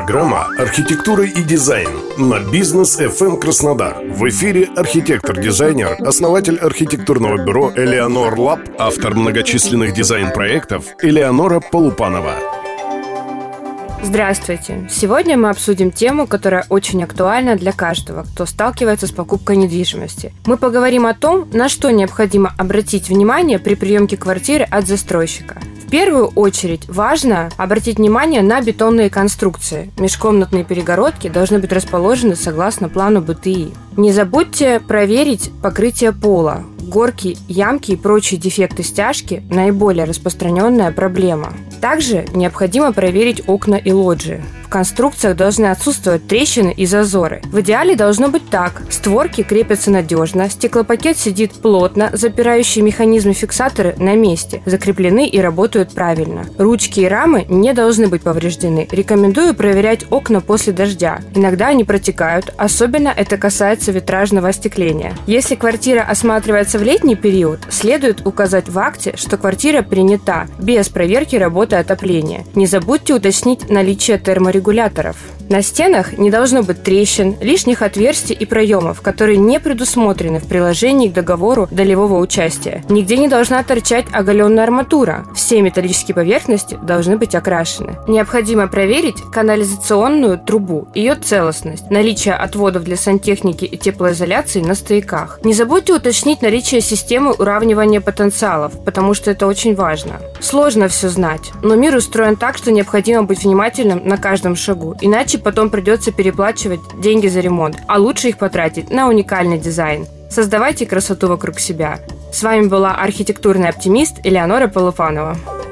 Программа «Архитектура и дизайн» на Бизнес FM Краснодар. В эфире архитектор-дизайнер, основатель архитектурного бюро «Элеонор Лаб», автор многочисленных дизайн-проектов Элеонора Полупанова. Здравствуйте! Сегодня мы обсудим тему, которая очень актуальна для каждого, кто сталкивается с покупкой недвижимости. Мы поговорим о том, на что необходимо обратить внимание при приемке квартиры от застройщика. В первую очередь важно обратить внимание на бетонные конструкции. Межкомнатные перегородки должны быть расположены согласно плану БТИ. Не забудьте проверить покрытие пола. Горки, ямки и прочие дефекты стяжки – наиболее распространенная проблема. Также необходимо проверить окна и лоджии. В конструкциях должны отсутствовать трещины и зазоры. В идеале должно быть так. Створки крепятся надежно, стеклопакет сидит плотно, запирающие механизмы-фиксаторы на месте, закреплены и работают правильно. Ручки и рамы не должны быть повреждены. Рекомендую проверять окна после дождя. Иногда они протекают, особенно это касается витражного остекления. Если квартира осматривается в летний период, следует указать в акте, что квартира принята без проверки работы отопления. Не забудьте уточнить наличие терморегуляторов. На стенах не должно быть трещин, лишних отверстий и проемов, которые не предусмотрены в приложении к договору долевого участия. Нигде не должна торчать оголенная арматура. Все металлические поверхности должны быть окрашены. Необходимо проверить канализационную трубу, ее целостность, наличие отводов для сантехники и теплоизоляции на стояках. Не забудьте уточнить наличие системы уравнивания потенциалов, потому что это очень важно. Сложно все знать, но мир устроен так, что необходимо быть внимательным на каждом шагу, иначе потом придется переплачивать деньги за ремонт, а лучше их потратить на уникальный дизайн. Создавайте красоту вокруг себя. С вами была архитектурный оптимист Элеонора Полупанова.